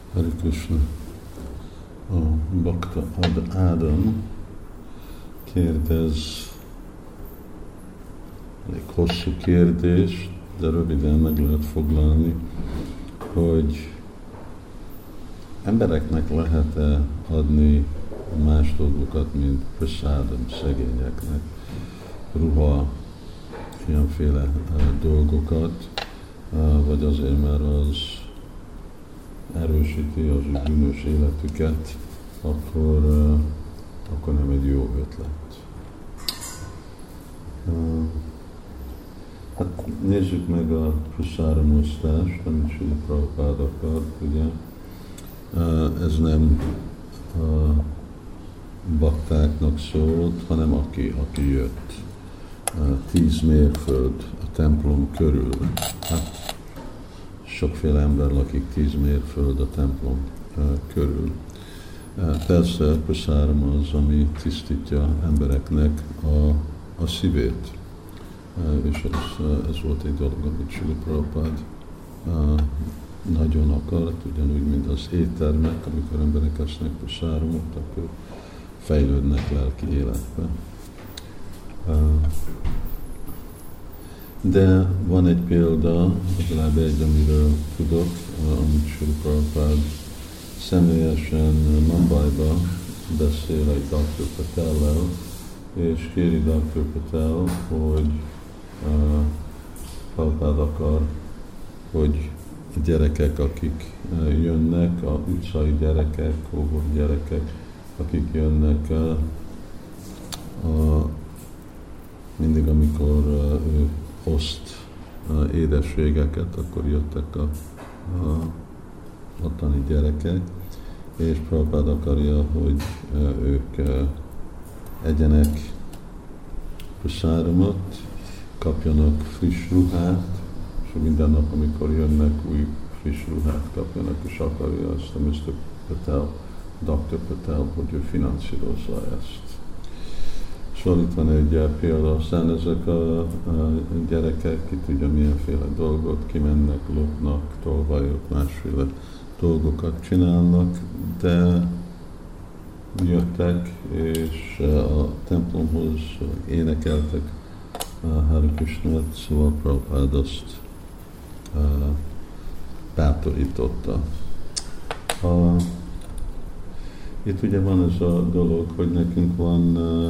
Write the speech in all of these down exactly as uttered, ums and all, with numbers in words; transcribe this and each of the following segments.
Hare Krishna. A Bhakta Ad Ádám kérdez, elég hosszú kérdés, de röviden meg lehet foglalni, hogy embereknek lehet-e adni más dolgokat, mint prasádam szegényeknek, ruha, ilyenféle uh, dolgokat, uh, vagy azért, mert az erősíti az ő bűnös életüket, akkor, uh, akkor nem egy jó ötlet. Uh, hát nézzük meg a prasáram osztást, amit Srila Prabhupád akart, ugye. Uh, ez nem uh, baktáknak szólt, hanem aki, aki jött. Uh, tíz mérföld a templom körül. Hát sokféle ember lakik tíz mérföld a templom uh, körül. Uh, persze prasáram az, ami tisztítja embereknek a, a szívét. Uh, és ez, uh, ez volt egy dolog, amit Srila Prabhupád uh, nagyon akart, ugyanúgy, mint az éttermek, amikor emberek esznek prasáramot, akkor fejlődnek lelki életbe. De van egy példa, legalább egy, amiről tudok, amit Srila Prabhupád személyesen Mumbaiba beszél egy doktor Patellel, és kéri doktor Patel, hogy uh, Prabhupád akar, hogy a gyerekek, akik uh, jönnek, a utcai gyerekek, óvó gyerekek, akik jönnek, uh, uh, mindig, amikor uh, ő oszt uh, édességeket, akkor jöttek a, a ottani gyerekek, és Prabhupád akarja, hogy uh, ők uh, egyenek prasáramot, kapjanak friss ruhát, és minden nap, amikor jönnek, új friss ruhát kapjanak, és akarja azt a miszter Patel, doktor Patel, hogy ő finanszírozza ezt. Szóval itt van egy példa, aztán ezek a, a gyerekek, ki tudja milyenféle dolgot, kimennek, lopnak, tolvajok, másféle dolgokat csinálnak, de jöttek, és a templomhoz énekeltek Hare Krishnát, szóval Prabhupád azt bátorította. A, itt ugye van ez a dolog, hogy nekünk van, uh,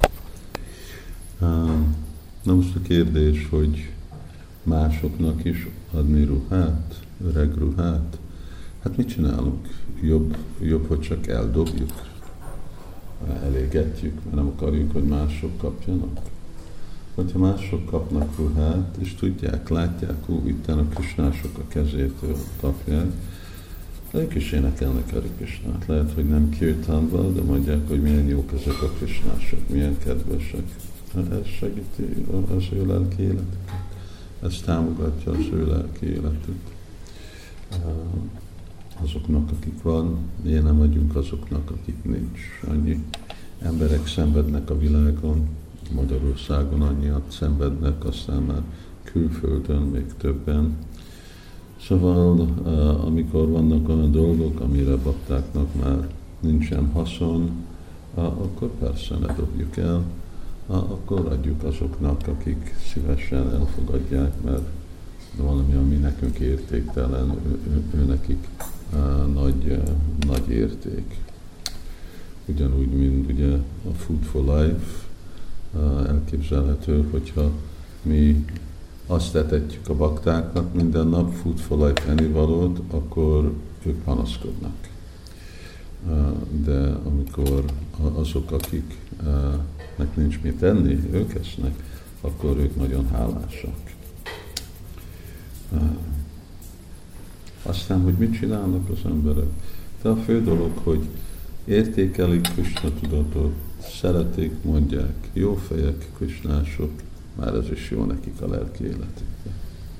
uh, na most a kérdés, hogy másoknak is adni ruhát, öreg ruhát. Hát mit csinálunk? Jobb, jobb hogy csak eldobjuk, elégetjük, mert nem akarjuk, hogy mások kapjanak. Hogyha mások kapnak ruhát, és tudják, látják, hú, itten a krisnások a kezétől kapják, ők is énekelnek Hare Krishnát. Lehet, hogy nem kirtánban, de mondják, hogy milyen jók ezek a krisnások, milyen kedvesek. Ez segíti az ő lelki életüket. Ez támogatja az ő lelki életüket. Azoknak, akik van, miért nem adjunk azoknak, akik nincs. Annyi emberek szenvednek a világon, Magyarországon annyiat szenvednek, aztán már külföldön még többen. Szóval, amikor vannak olyan dolgok, amire baktáknak már nincsen haszon, akkor persze ne dobjuk el, akkor adjuk azoknak, akik szívesen elfogadják, mert valami, ami nekünk értéktelen, ő, ő, ő nekik nagy, nagy érték. Ugyanúgy, mint ugye a Food for Life, elképzelhető, hogyha mi azt etetjük a baktáknak minden nap Food for Life ennivalót, akkor ők panaszkodnak. De amikor azok, akiknek nincs mit enni, ők esznek, akkor ők nagyon hálásak. Aztán, hogy mit csinálnak az emberek? De a fő dolog, hogy értékelik Krishna tudatot, szeretik, mondják, jó fejek, krisnások, már ez is jó nekik a lelki életükben.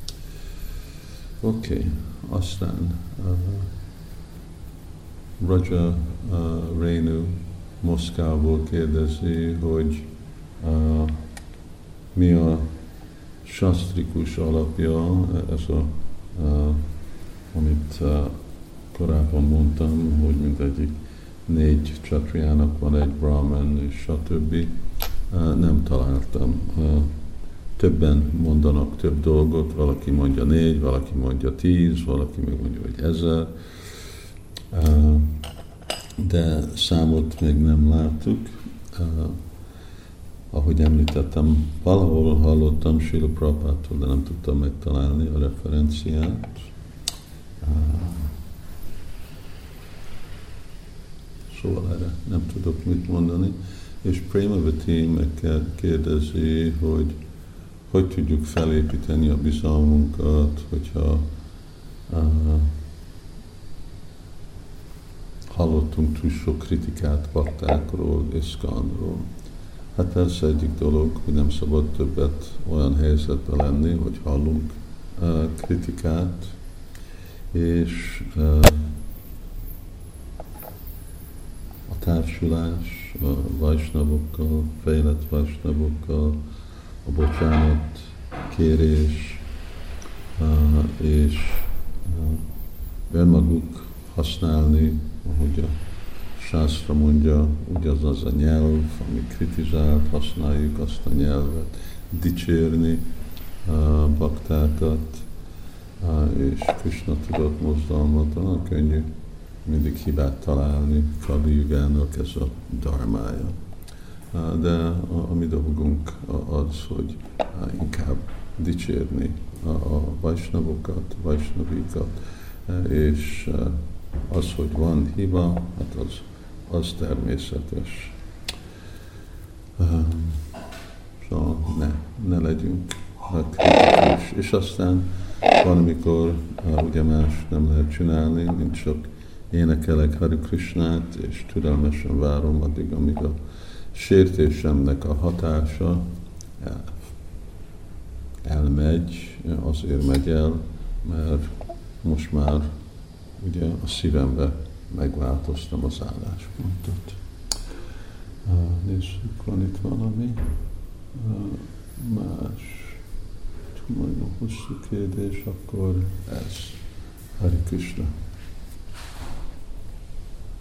Oké, okay. Aztán uh, Raja uh, Renu Moszkvából kérdezi, hogy uh, mi a sastrikus alapja, ez a, uh, amit uh, korábban mondtam, hogy mindegyik négy csatriának van egy brahman és stb. Nem találtam. Többen mondanak több dolgot, valaki mondja négy, valaki mondja tíz, valaki meg mondja, hogy ezer. De számot még nem láttuk. Ahogy említettem, valahol hallottam Srila Prabhupától, de nem tudtam megtalálni a referenciát. Szóval erre nem tudok mit mondani. És Premavati megkérdezi, hogy hogy tudjuk felépíteni a bizalmunkat, hogyha uh, hallottunk túl sok kritikát baktákról és szkanról. Hát persze egyik dolog, hogy nem szabad többet olyan helyzetben lenni, hogy hallunk uh, kritikát, és uh, a társulás a vajsnavokkal, fejlett vajsnavokkal, a bocsánat kérés, uh, és uh, önmaguk használni, ahogy a sásztra mondja, ugyanaz az a nyelv, ami kritizált, használjuk azt a nyelvet, dicsérni uh, baktákat, uh, és Krishna tudott mozdalmat, olyan könnyű mindig hibát találni, Kali Yugának ez a dharmája. Uh, de a, a mi dolgunk az, hogy uh, inkább dicsérni a, a vajsnavokat, vajsnavikat, uh, és uh, az, hogy van hiba, hát az, az természetes. Um, szóval ne, ne legyünk kritikus. És aztán van, amikor uh, ugye más nem lehet csinálni, mint csak énekelek Hare Krishnát, és türelmesen várom addig, amíg a sértésemnek a hatása el, elmegy, azért megy el, mert most már ugye a szívembe megváltoztam az álláspontot. Uh, nézzük, van itt valami uh, más, majdnem hosszú kérdés, akkor ez. Hare Krishna.